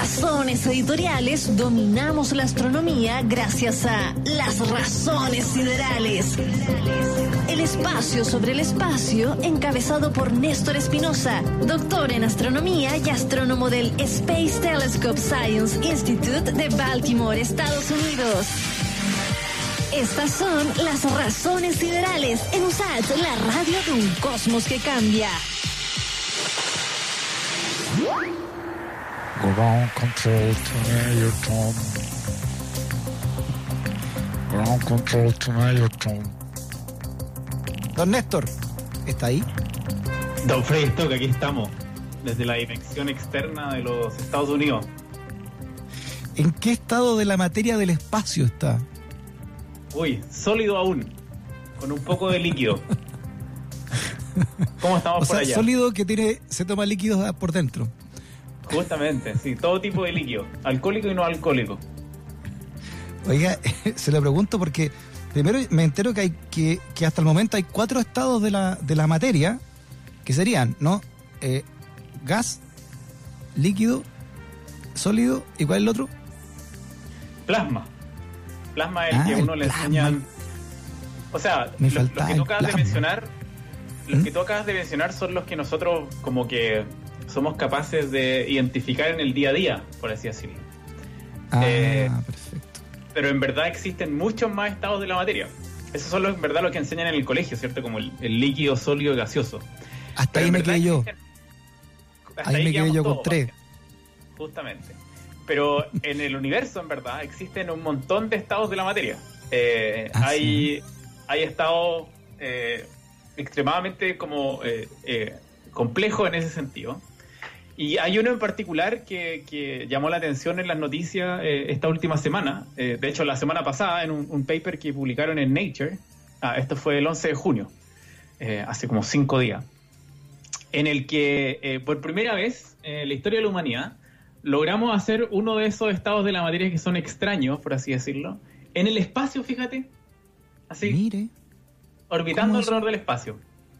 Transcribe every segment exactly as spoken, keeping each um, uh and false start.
razones editoriales dominamos la astronomía gracias a Las Razones Siderales. El espacio sobre el espacio, encabezado por Néstor Espinosa, doctor en astronomía y astrónomo del Space Telescope Science Institute de Baltimore, Estados Unidos. Estas son Las Razones Siderales en U S A T, la radio de un cosmos que cambia. Ground control to Mayor Tom. Ground control to Mayor Tom. Don Néstor, ¿está ahí? Don Freddy Stock, aquí estamos, desde la dimensión externa de los Estados Unidos. ¿En qué estado de la materia del espacio está? Uy, sólido aún, con un poco de líquido. ¿Cómo estamos o por sea, allá? Sólido que tiene, se toma líquidos por dentro. Justamente, sí, todo tipo de líquido, alcohólico y no alcohólico. Oiga, se lo pregunto porque primero me entero que hay que, que hasta el momento hay cuatro estados de la, de la materia, que serían, ¿no? Eh, gas, líquido, sólido, ¿y cuál es el otro? Plasma. Plasma es el ah, que el uno le plasma. enseñan. O sea, Me los, los faltaba que el tú acabas de plasma. mencionar, los ¿Mm? que tú acabas de mencionar son los que nosotros como que somos capaces de identificar en el día a día, por así decirlo. Ah, Eh, perfecto. Pero en verdad existen muchos más estados de la materia. Esos son los, en verdad los que enseñan en el colegio, ¿cierto? Como el, el líquido, sólido y gaseoso. Hasta Pero ahí en me verdad quedé yo. existen- hasta Ahí me quedé quedamos yo con todos, tres. justamente. Pero en el universo, en verdad, existen un montón de estados de la materia. Eh, Ah, hay, hay estados eh, extremadamente como eh, eh, complejos en ese sentido. Y hay uno en particular que, que llamó la atención en las noticias eh, esta última semana. Eh, de hecho, la semana pasada, en un, un paper que publicaron en Nature. Ah, esto fue el once de junio, eh, hace como cinco días. En el que, eh, por primera vez en la historia de la humanidad, logramos hacer uno de esos estados de la materia que son extraños, por así decirlo, en el espacio, fíjate. Así, Mire. orbitando ¿cómo eso? alrededor del espacio.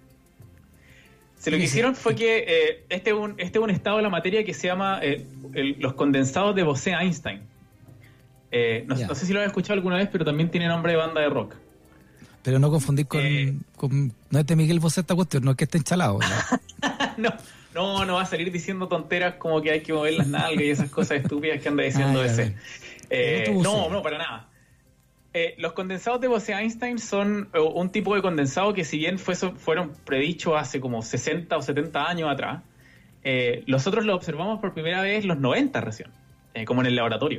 Se lo Sí, que sí. hicieron fue que eh, este es un, este es un estado de la materia que se llama eh, el- los condensados de Bose-Einstein. Eh, no, Ya. no sé si lo has escuchado alguna vez, pero también tiene nombre de banda de rock. Pero no confundir con, Eh. con... No es de Miguel Bosé esta cuestión, no es que esté enchalado. ¿no? no, no, no va a salir diciendo tonteras como que hay que mover las nalgas y esas cosas estúpidas que anda diciendo Ah, ya, ese. bien. Eh, Otro no, Bose. no, para nada. Eh, los condensados de Bose-Einstein son eh, un tipo de condensado que, si bien fue, fueron predichos hace como sesenta o setenta años atrás, eh, nosotros lo observamos por primera vez en los noventa recién, eh, como en el laboratorio.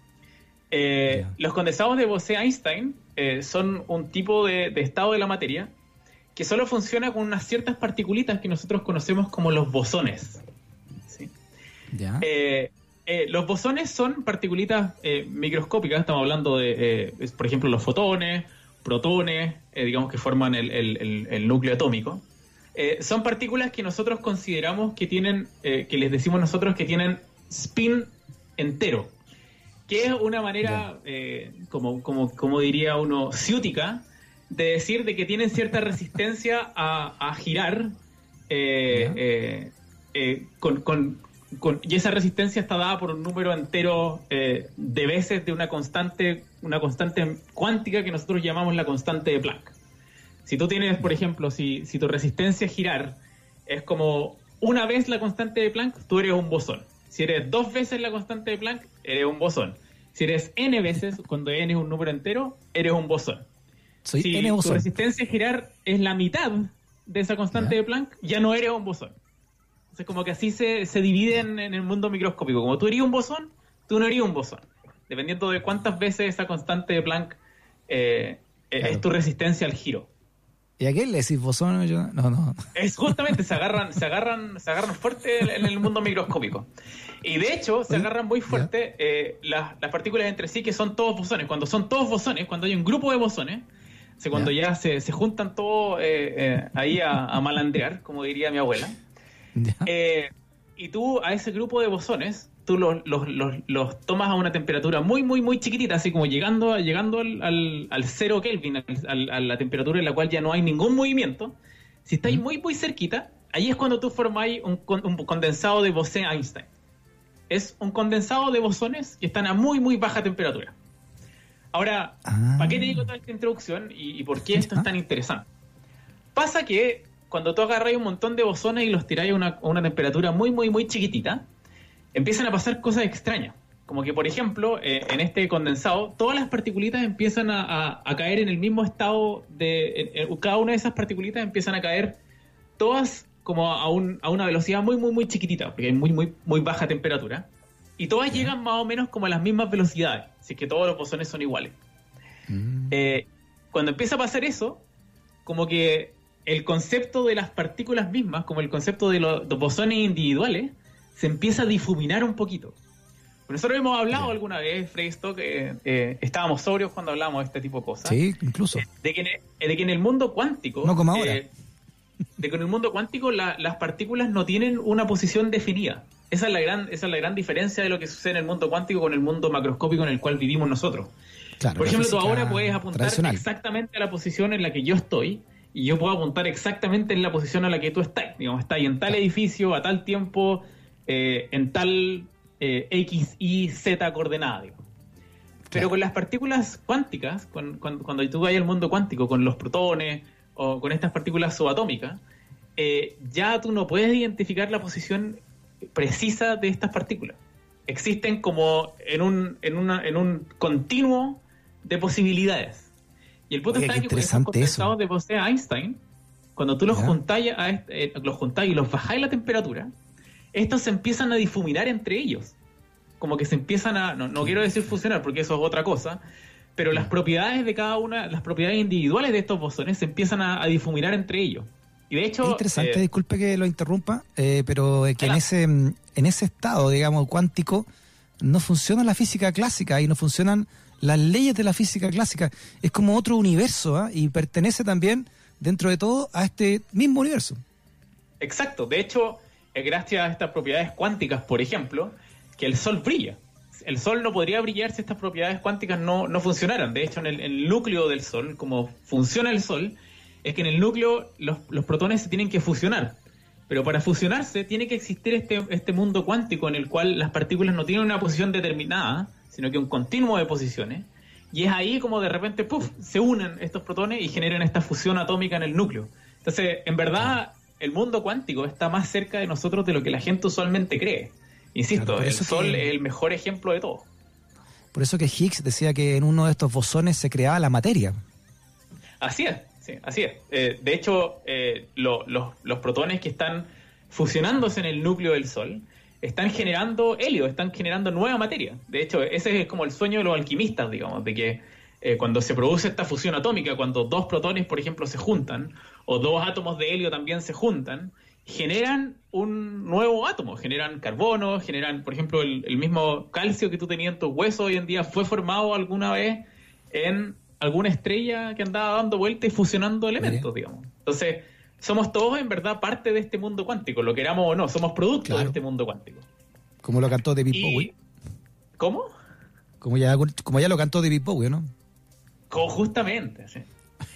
Eh, Ya. Los condensados de Bose-Einstein eh, son un tipo de, de estado de la materia que solo funciona con unas ciertas particulitas que nosotros conocemos como los bosones. ¿Sí? Ya. Eh, eh, los bosones son particulitas eh, microscópicas, estamos hablando de, eh, es, por ejemplo, los fotones, protones, eh, digamos que forman el, el- el- el núcleo atómico. Eh, son partículas que nosotros consideramos que tienen, eh, que les decimos nosotros que tienen spin entero, que es una manera, eh, como, como, como diría uno, ciútica, de decir de que tienen cierta resistencia a, a girar eh, Ya. eh, eh, con, con- con- y esa resistencia está dada por un número entero eh, de veces de una constante, una constante cuántica que nosotros llamamos la constante de Planck. Si tú tienes, por ejemplo, si, si tu resistencia a girar es como una vez la constante de Planck, tú eres un bosón. Si eres dos veces la constante de Planck, eres un bosón. Si eres n veces, cuando n es un número entero, eres un bosón. Soy Si N tu bosón. resistencia a girar es la mitad de esa constante Ya. de Planck, ya no eres un bosón. Entonces, como que así se, se dividen en el mundo microscópico. Como tú eres un bosón, tú no eres un bosón. Dependiendo de cuántas veces esa constante de Planck eh, eh, Claro. es tu resistencia al giro. ¿Y a qué le decís bosón? Yo- No, no. Es justamente, se agarran, se agarran, se agarran fuerte en, en el mundo microscópico. Y de hecho, se Oye, agarran muy fuerte eh, las, las partículas entre sí, que son todos bosones. Cuando son todos bosones, cuando hay un grupo de bosones, o sea, cuando Ya. ya se, se juntan todos eh, eh, ahí a, a malandrear, como diría mi abuela. Ya. Eh, y tú a ese grupo de bosones, tú los, los, los, los tomas a una temperatura muy, muy, muy chiquitita, así como llegando, a- llegando al, al, al cero Kelvin, al- al- a la temperatura en la cual ya no hay ningún movimiento. Si estáis Ujú. muy, muy cerquita, ahí es cuando tú formáis un, con- un condensado de Bose-Einstein. es un condensado de bosones que están a muy, muy baja temperatura. Ahora, Ah. ¿para qué te digo toda esta introducción y, y por qué esto es tan interesante? Pasa que cuando tú agarras un montón de bosones y los tiras a una, a una temperatura muy, muy, muy chiquitita, empiezan a pasar cosas extrañas. Como que, por ejemplo, eh, en este condensado, todas las particulitas empiezan a, a, a caer en el mismo estado de... En, en, cada una de esas particulitas empiezan a caer todas como a, un, a una velocidad muy, muy, muy chiquitita, porque hay muy, muy, muy baja temperatura. Y todas llegan más o menos como a las mismas velocidades, si es que todos los bosones son iguales. Mm. Eh, cuando empieza a pasar eso, como que el concepto de las partículas mismas, como el concepto de los, los bosones individuales, se empieza a difuminar un poquito. Nosotros hemos hablado Bien. alguna vez, Freddy Stock, eh, eh, estábamos sobrios cuando hablamos de este tipo de cosas. Sí, incluso. De que, en el, de que en el mundo cuántico... No como ahora. eh, de que en el mundo cuántico la, las partículas no tienen una posición definida. Esa es la gran, esa es la gran diferencia de lo que sucede en el mundo cuántico con el mundo macroscópico en el cual vivimos nosotros. Claro, Por la ejemplo, tú física ahora puedes apuntar tradicional. exactamente a la posición en la que yo estoy y yo puedo apuntar exactamente en la posición en la que tú estás. Digamos, estás en tal edificio, a tal tiempo, eh, en tal eh, X, Y, Z coordenada. Digo. Pero Claro. con las partículas cuánticas, con, con, cuando tú vayas al mundo cuántico, con los protones o con estas partículas subatómicas, eh, ya tú no puedes identificar la posición precisa de estas partículas. Existen como en un, en una, en un continuo de posibilidades. Y el punto Oiga, está qué que con estos interesante eso. condensados de Bose-Einstein, cuando tú los ¿Ya? juntáis a este- eh, los juntáis y los bajáis la temperatura, estos se empiezan a difuminar entre ellos. Como que se empiezan a, no, no quiero decir fusionar porque eso es otra cosa, pero las propiedades de cada una, las propiedades individuales de estos bosones se empiezan a, a difuminar entre ellos. Y de hecho... Es interesante, eh, disculpe que lo interrumpa, eh, pero eh, que en Adelante. ese, mm, en ese estado, digamos, cuántico, no funciona la física clásica y no funcionan las leyes de la física clásica. Es como otro universo, ¿ah? Y pertenece también, dentro de todo, a este mismo universo. Exacto. De hecho, eh, gracias a estas propiedades cuánticas, por ejemplo, que el Sol brilla. El Sol no podría brillar si estas propiedades cuánticas no, no funcionaran. De hecho, en el, en el núcleo del Sol, como funciona el Sol, es que en el núcleo los, los protones se tienen que fusionar. Pero para fusionarse tiene que existir este, este mundo cuántico en el cual las partículas no tienen una posición determinada, sino que un continuo de posiciones. Y es ahí como de repente, ¡puf!, se unen estos protones y generan esta fusión atómica en el núcleo. Entonces, en verdad, el mundo cuántico está más cerca de nosotros de lo que la gente usualmente cree. Insisto, Claro, por el eso Sol que- es el mejor ejemplo de todo. Por eso que Higgs decía que en uno de estos bosones se creaba la materia. Así es, sí, así es. Eh, de hecho, eh, lo- los, los protones que están fusionándose en el núcleo del Sol están generando helio, están generando nueva materia. De hecho, ese es como el sueño de los alquimistas, digamos, de que eh, cuando se produce esta fusión atómica, cuando dos protones, por ejemplo, se juntan, o dos átomos de helio también se juntan, generan un nuevo átomo, generan carbono, generan, por ejemplo, el, el mismo calcio que tú tenías en tus huesos hoy en día fue formado alguna vez en alguna estrella que andaba dando vueltas y fusionando elementos, digamos. Entonces, somos todos en verdad parte de este mundo cuántico, lo queramos o no, somos producto Claro. de este mundo cuántico. Como lo cantó David Y- Bowie. ¿Cómo? Como ya, como ya lo cantó David Bowie, ¿no? Co- Justamente, sí.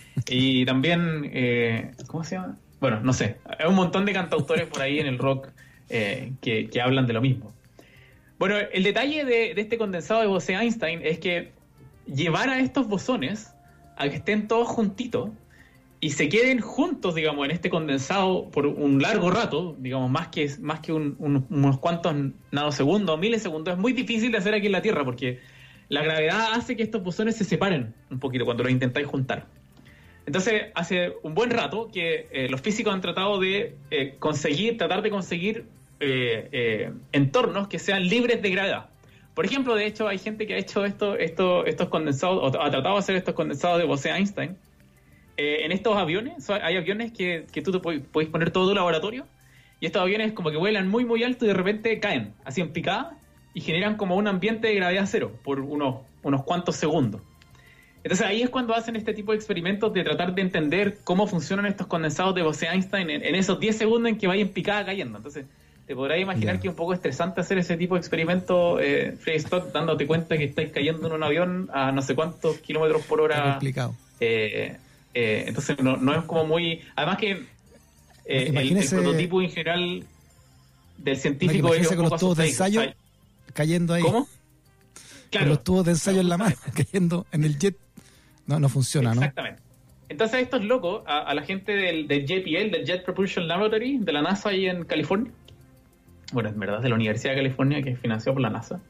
Y también, eh, ¿cómo se llama? Bueno, no sé, hay un montón de cantautores por ahí en el rock eh, que, que hablan de lo mismo. Bueno, el detalle de, de este condensado de Bose-Einstein es que llevar a estos bosones a que estén todos juntitos y se queden juntos, digamos, en este condensado por un largo rato, digamos, más que, más que un- un- unos cuantos nanosegundos o milisegundos, es muy difícil de hacer aquí en la Tierra porque la gravedad hace que estos bosones se separen un poquito cuando los intentáis juntar. Entonces, hace un buen rato que eh, los físicos han tratado de eh, conseguir, tratar de conseguir eh, eh, entornos que sean libres de gravedad. Por ejemplo, de hecho, hay gente que ha hecho esto, esto, estos condensados, o ha tratado de hacer estos condensados de Bose-Einstein eh, en estos aviones. So, hay aviones que, que tú te puedes, puedes poner todo tu laboratorio y estos aviones como que vuelan muy, muy alto y de repente caen, así en picada, y generan como un ambiente de gravedad cero por unos, unos cuantos segundos. Entonces ahí es cuando hacen este tipo de experimentos de tratar de entender cómo funcionan estos condensados de Bose-Einstein en, en esos diez segundos en que vayan picada cayendo. Entonces te podrás imaginar Ya. que es un poco estresante hacer ese tipo de experimentos, eh, Freddy Stock, dándote cuenta que estáis cayendo en un avión a no sé cuántos kilómetros por Está hora. complicado. Eh, eh, entonces no, no es como muy... Además que eh, el, el Imagínese- prototipo en general del No, científico imagínese es un con poco los tubos de asustadizo. ensayo, cayendo ahí. ¿Cómo? Claro. Con los tubos de ensayo en la mano, cayendo en el jet. No, no funciona, ¿no? Exactamente. Entonces a estos locos, a, a la gente del, del J P L, del Jet Propulsion Laboratory, de la NASA ahí en California, bueno, en verdad de la Universidad de California, que es financiado por la NASA,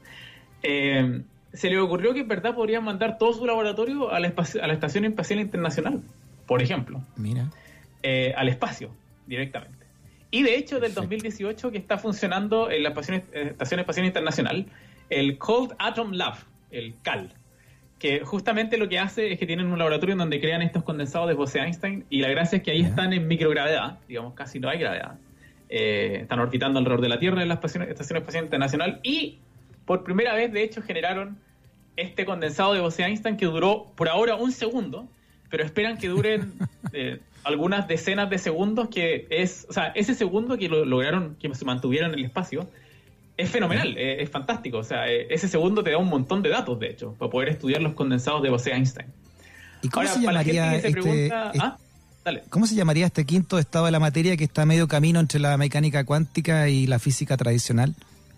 eh, se le ocurrió que en verdad podrían mandar todo su laboratorio a la, espacio, a la Estación Espacial Internacional, por ejemplo. Mira. Eh, al espacio, directamente. Y de hecho, del Perfecto. dos mil dieciocho que está funcionando en la Estación, Estación Espacial Internacional, el Cold Atom Lab, el C A L, que justamente lo que hace es que tienen un laboratorio en donde crean estos condensados de Bose-Einstein, y la gracia es que ahí Ya. están en microgravedad, digamos, casi no hay gravedad. Eh, están orbitando alrededor de la Tierra en la Estación, Estación Espacial Internacional, y por primera vez, de hecho, generaron este condensado de Bose-Einstein que duró por ahora un segundo, pero esperan que duren eh, algunas decenas de segundos, que es, o sea, ese segundo que lo lograron, que se mantuvieron en el espacio, es fenomenal, eh, es fantástico. O sea, eh, ese segundo te da un montón de datos, de hecho, para poder estudiar los condensados de Bose-Einstein. ¿Y cómo Ahora, se para la gente llamaría que se este, pregunta... este- ¿Ah? Dale. ¿Cómo se llamaría este quinto estado de la materia que está a medio camino entre la mecánica cuántica y la física tradicional?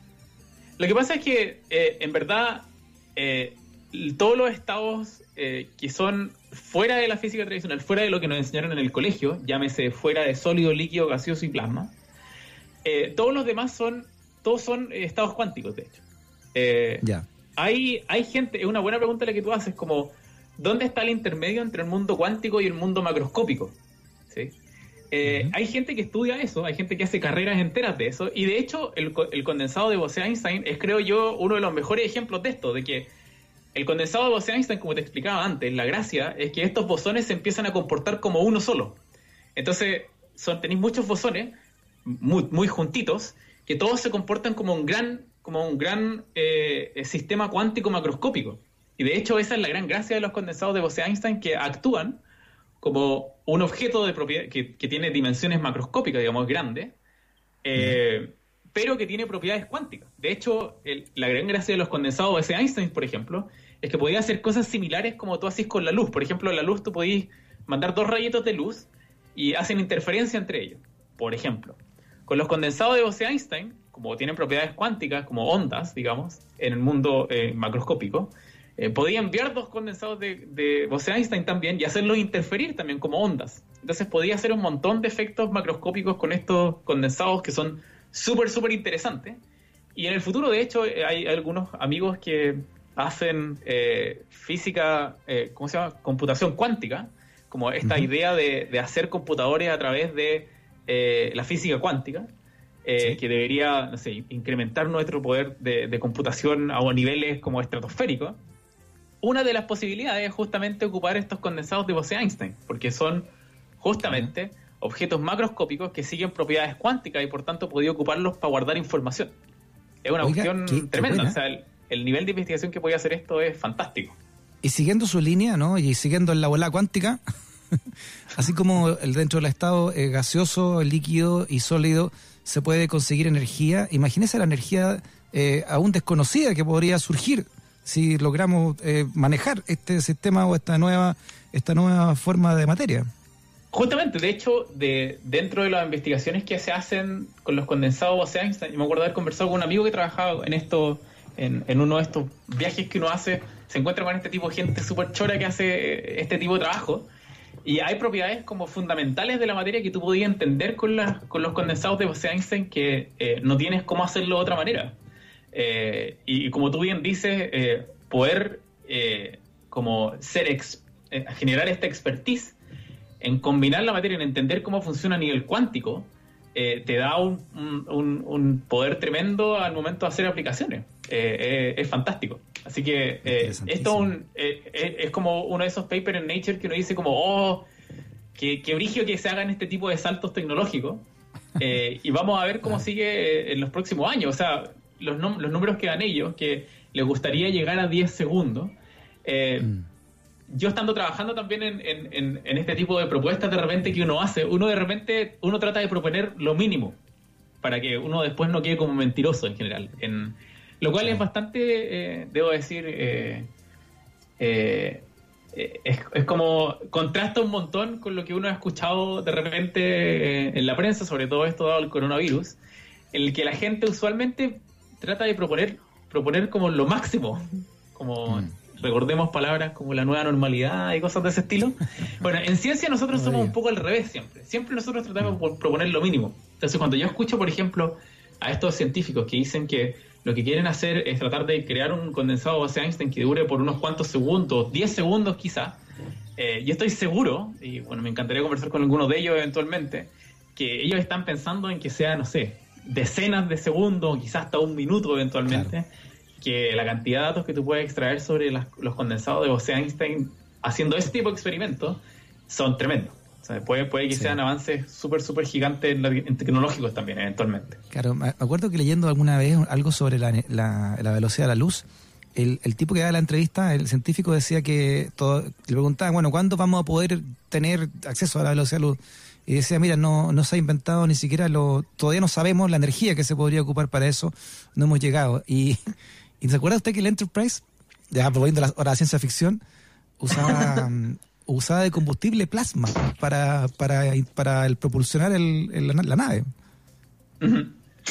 Lo que pasa es que, eh, en verdad, eh, todos los estados eh, que son fuera de la física tradicional, fuera de lo que nos enseñaron en el colegio, llámese fuera de sólido, líquido, gaseoso y plasma, eh, todos los demás son, todos son eh, estados cuánticos, de hecho. Eh, Ya. hay, hay gente, es una buena pregunta la que tú haces, como, ¿dónde está el intermedio entre el mundo cuántico y el mundo macroscópico? ¿Sí? Eh, Ujú. Hay gente que estudia eso, hay gente que hace carreras enteras de eso, y de hecho el, co- el condensado de Bose-Einstein es, creo yo, uno de los mejores ejemplos de esto, de que el condensado de Bose-Einstein, como te explicaba antes, la gracia es que estos bosones se empiezan a comportar como uno solo. Entonces, son, tenéis muchos bosones muy, muy juntitos, que todos se comportan como un gran, como un gran eh, sistema cuántico macroscópico. Y de hecho, esa es la gran gracia de los condensados de Bose-Einstein, que actúan como un objeto de propiedad que, que tiene dimensiones macroscópicas, digamos, grandes, eh, pero que tiene propiedades cuánticas. De hecho, el- la gran gracia de los condensados Bose-Einstein, por ejemplo, es que podía hacer cosas similares como tú haces con la luz. Por ejemplo, la luz tú podías mandar dos rayitos de luz y hacen interferencia entre ellos, por ejemplo. Con los condensados de Bose-Einstein, como tienen propiedades cuánticas, como ondas, digamos, en el mundo eh, macroscópico, eh, podía enviar dos condensados de, de Bose-Einstein también y hacerlos interferir también como ondas. Entonces podía hacer un montón de efectos macroscópicos con estos condensados que son súper, súper interesantes. Y en el futuro, de hecho, eh, hay algunos amigos que hacen eh, física, eh, ¿cómo se llama? Computación cuántica, como esta Ujú. idea de, de hacer computadores a través de eh, la física cuántica, eh, Sí. que debería, no sé, incrementar nuestro poder de, de computación a niveles como estratosféricos. Una de las posibilidades es justamente ocupar estos condensados de Bose-Einstein, porque son justamente objetos macroscópicos que siguen propiedades cuánticas y por tanto podía ocuparlos para guardar información. Es una Oiga, cuestión qué- qué tremenda. buena. O sea, el, el nivel de investigación que podía hacer esto es fantástico. Y siguiendo su línea, ¿no? Y siguiendo en la bola cuántica, así como el dentro del estado eh, gaseoso, líquido y sólido se puede conseguir energía, imagínese la energía eh, aún desconocida que podría surgir si logramos eh, manejar este sistema o esta nueva esta nueva forma de materia. Justamente, de hecho, de, dentro de las investigaciones que se hacen con los condensados Bose-Einstein, yo me acuerdo haber conversado con un amigo que trabajaba en esto, en, en uno de estos viajes que uno hace, se encuentra con este tipo de gente súper chora que hace este tipo de trabajo, y hay propiedades como fundamentales de la materia que tú podías entender con, las, con los condensados de Bose-Einstein que eh, no tienes cómo hacerlo de otra manera. Eh, y, y como tú bien dices, eh, poder eh, como ser ex, eh, generar esta expertise en combinar la materia, en entender cómo funciona a nivel cuántico, eh, te da un, un, un poder tremendo al momento de hacer aplicaciones. Eh, eh, es fantástico. Así que eh, esto un, eh, eh, es como uno de esos papers en Nature que uno dice como, oh, qué, qué brillo que se hagan este tipo de saltos tecnológicos. Eh, y vamos a ver cómo sigue eh, en los próximos años. O sea, los, num- los números que dan ellos, que les gustaría llegar a diez segundos. Eh, Mm. Yo estando trabajando también en, en, en, en este tipo de propuestas de repente que uno hace, uno de repente, uno trata de proponer lo mínimo para que uno después no quede como mentiroso en general. En, lo cual es bastante, eh, debo decir, eh, eh, eh, es, es como contrasta un montón con lo que uno ha escuchado de repente eh, en la prensa, sobre todo esto dado el coronavirus, en el que la gente usualmente trata de proponer proponer como lo máximo, como mm. recordemos palabras como la nueva normalidad y cosas de ese estilo. Bueno, en ciencia nosotros somos un poco al revés siempre. Siempre nosotros tratamos de proponer lo mínimo. Entonces, cuando yo escucho, por ejemplo, a estos científicos que dicen que lo que quieren hacer es tratar de crear un condensado Bose-Einstein que dure por unos cuantos segundos, diez segundos quizá, eh, yo estoy seguro, y bueno, me encantaría conversar con alguno de ellos eventualmente, que ellos están pensando en que sea, no sé, decenas de segundos, quizás hasta un minuto eventualmente, claro, que la cantidad de datos que tú puedes extraer sobre las, los condensados de Bose-Einstein haciendo ese tipo de experimentos son tremendos. O sea, puede, puede que sí. sean avances súper, súper gigantes en, la, en tecnológicos también, eventualmente. Claro, me acuerdo que leyendo alguna vez algo sobre la, la, la velocidad de la luz, el, el tipo que daba la entrevista, el científico decía que todo, le preguntaban, bueno, ¿cuándo vamos a poder tener acceso a la velocidad de la luz? Y decía, mira, no, no se ha inventado ni siquiera, lo todavía no sabemos la energía que se podría ocupar para eso, no hemos llegado. Y, y ¿se acuerda usted que el Enterprise, ya volviendo a la, a la ciencia ficción, usaba... usada de combustible plasma para para para el propulsionar el, el, la, la nave. Uh-huh.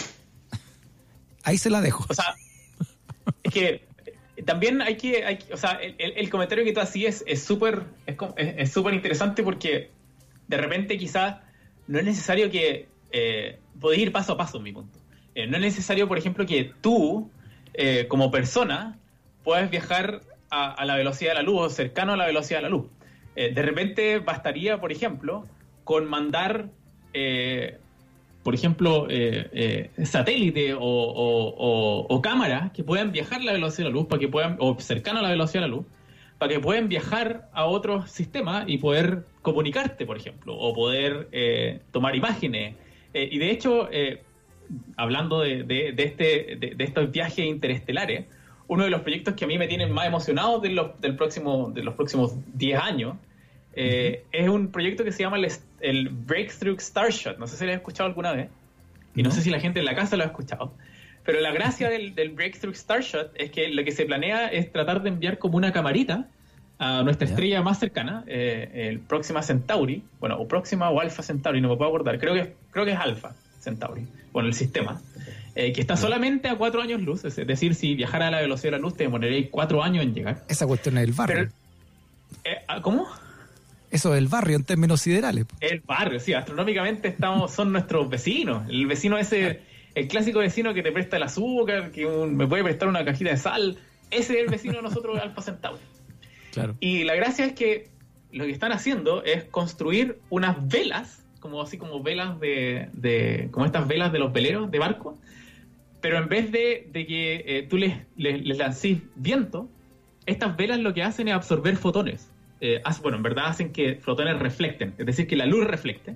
Ahí se la dejo. O sea, es que también hay que, hay, o sea, el, el comentario que tú hacías es súper es es súper interesante porque de repente quizás no es necesario que eh, podés ir paso a paso en mi punto. Eh, no es necesario, por ejemplo, que tú eh, como persona puedas viajar a, a la velocidad de la luz o cercano a la velocidad de la luz. Eh, de repente bastaría, por ejemplo, con mandar, eh, por ejemplo, eh, eh, satélite o, o, o, o cámaras que puedan viajar a la velocidad de la luz, para que puedan, o cercano a la velocidad de la luz, para que puedan viajar a otros sistemas y poder comunicarte, por ejemplo, o poder eh, tomar imágenes. Eh, y de hecho, eh, hablando de, de, de, este, de, de estos viajes interestelares, uno de los proyectos que a mí me tienen más emocionado de los, del próximo, de los próximos diez años eh, uh-huh. es un proyecto que se llama el, el Breakthrough Starshot. No sé si lo has escuchado alguna vez y no. no sé si la gente en la casa lo ha escuchado, pero la gracia del, del Breakthrough Starshot es que lo que se planea es tratar de enviar como una camarita a nuestra yeah. estrella más cercana, eh, el Próxima Centauri, bueno, o Próxima o Alpha Centauri, no me puedo acordar, creo que, creo que es Alpha Centauri, bueno, el sistema. Eh, que está solamente a cuatro años luz, es decir, si viajara a la velocidad de la luz te demoraría cuatro años en llegar. Esa cuestión es el barrio. Pero, eh, ¿cómo? Eso es el barrio en términos siderales. El barrio, sí, astronómicamente estamos, son nuestros vecinos. El vecino ese, el clásico vecino que te presta el azúcar, que un, me puede prestar una cajita de sal, ese es el vecino de nosotros, Alpha Centauri. Claro. Y la gracia es que lo que están haciendo es construir unas velas, como así como velas de, de como estas velas de los veleros de barco, pero en vez de, de que eh, tú les, les, les lancís viento, estas velas lo que hacen es absorber fotones. Eh, hace, bueno, en verdad hacen que fotones reflecten, es decir, que la luz reflecte.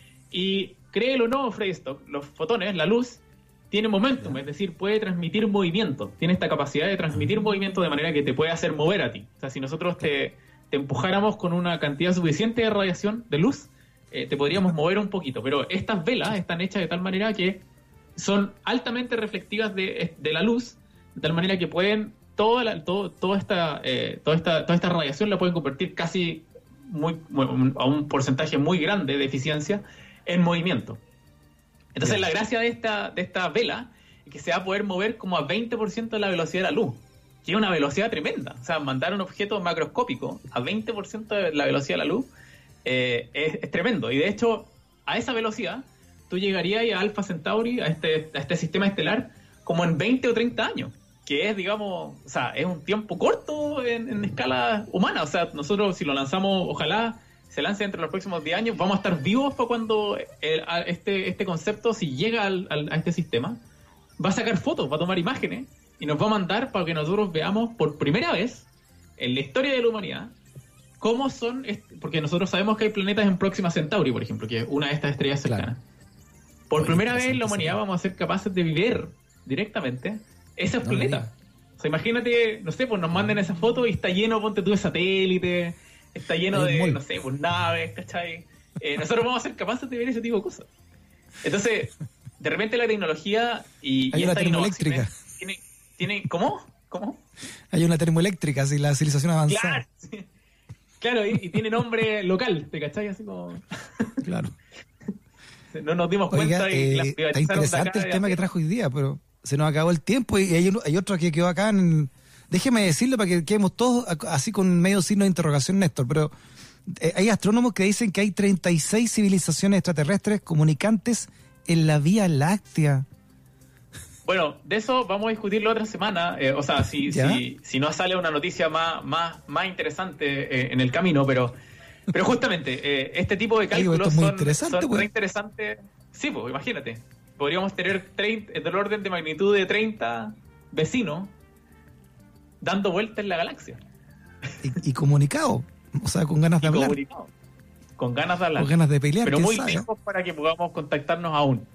Y créelo o no, Freystock, los fotones, la luz, tiene momentum, es decir, puede transmitir movimiento. Tiene esta capacidad de transmitir movimiento de manera que te puede hacer mover a ti. O sea, si nosotros te, te empujáramos con una cantidad suficiente de radiación, de luz, eh, te podríamos mover un poquito. Pero estas velas están hechas de tal manera que son altamente reflectivas de, de la luz, de tal manera que pueden toda la, todo, toda esta eh, toda esta toda esta radiación la pueden convertir casi muy, muy a un porcentaje muy grande de eficiencia en movimiento. Entonces, yeah. la gracia de esta de esta vela es que se va a poder mover como a veinte por ciento de la velocidad de la luz, que es una velocidad tremenda. O sea, mandar un objeto macroscópico a veinte por ciento de la velocidad de la luz eh, es, es tremendo. Y de hecho, a esa velocidad tú llegarías a Alpha Centauri, a este, a este sistema estelar, como en veinte o treinta años, que es, digamos, o sea, es un tiempo corto en, en escala humana. O sea, nosotros si lo lanzamos, ojalá se lance entre los próximos diez años, vamos a estar vivos para cuando el, este, este concepto, si llega al, al, a este sistema, va a sacar fotos, va a tomar imágenes y nos va a mandar para que nosotros veamos por primera vez en la historia de la humanidad cómo son, porque nosotros sabemos que hay planetas en Próxima Centauri, por ejemplo, que es una de estas estrellas cercanas. Claro. Por Oye, primera vez en la humanidad vamos a ser capaces de vivir directamente esos no planetas. O sea, imagínate, no sé, pues nos manden esa foto y está lleno, ponte tú, de satélites, está lleno de, no sé, pues naves, ¿cachai? Eh, nosotros vamos a ser capaces de ver ese tipo de cosas. Entonces, de repente la tecnología y, Hay y una esta termoeléctrica. Tiene, tiene, ¿cómo? ¿Cómo? Hay una termoeléctrica, si la civilización avanzada. Claro, sí. Claro, y, y tiene nombre local, ¿te cachai? Así como... Claro. No nos dimos cuenta. Oiga, y eh, está interesante el tema que trajo hoy día, pero se nos acabó el tiempo y hay, hay otro que quedó acá en... Déjeme decirlo para que quedemos todos así con medio signo de interrogación, Néstor, pero eh, hay astrónomos que dicen que hay treinta y seis civilizaciones extraterrestres comunicantes en la Vía Láctea. Bueno, de eso vamos a discutir la otra semana, eh, o sea, si, si, si no sale una noticia más, más, más interesante eh, en el camino, pero, pero justamente eh, este tipo de cálculos Ay, son, interesante, son pues. muy interesantes. Sí, pues imagínate, podríamos tener treinta, del orden de magnitud de treinta vecinos dando vueltas en la galaxia. Y, y comunicado, o sea, con ganas de y hablar. Comunicado, con ganas de hablar. Con ganas de pelear. Pero muy sabe? lejos para que podamos contactarnos aún.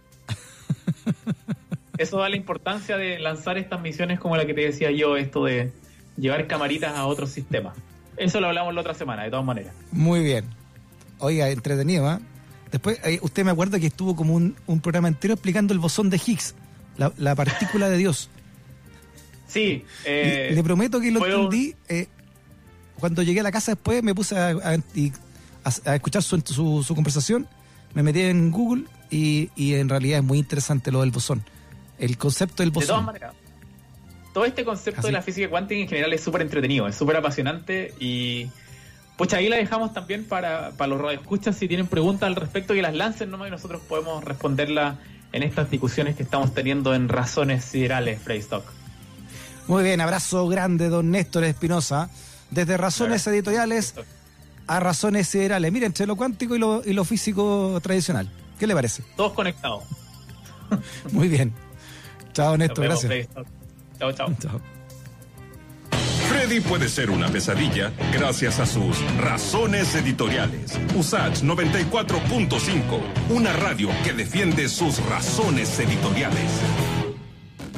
Eso da la importancia de lanzar estas misiones como la que te decía yo, esto de llevar camaritas a otros sistemas. Eso lo hablamos la otra semana, de todas maneras. Muy bien. Oiga, entretenido, ¿eh? Después, eh, usted me acuerda que estuvo como un, un programa entero explicando el bosón de Higgs, la, la partícula de Dios. Sí. Eh, le, le prometo que lo entendí. Un... Eh, cuando llegué a la casa después me puse a, a, a, a escuchar su, su, su conversación, me metí en Google y, y en realidad es muy interesante lo del bosón. El concepto del bosón. De todas maneras, todo este concepto ¿Así? de la física cuántica en general es súper entretenido, es súper apasionante y pucha, ahí la dejamos también para, para los radioescuchas si tienen preguntas al respecto que las lancen nomás y nosotros podemos responderlas en estas discusiones que estamos teniendo en Razones Siderales, Freystock. Muy bien, abrazo grande, don Néstor Espinosa. Desde Razones Gracias. Editoriales a Razones Siderales. Miren, entre lo cuántico y lo, y lo físico tradicional. ¿Qué le parece? Todos conectados. Muy bien. Chao, Néstor, vemos, gracias. Chao, chao. Chao. Freddy puede ser una pesadilla gracias a sus Razones Editoriales. U S A C noventa y cuatro punto cinco, una radio que defiende sus razones editoriales.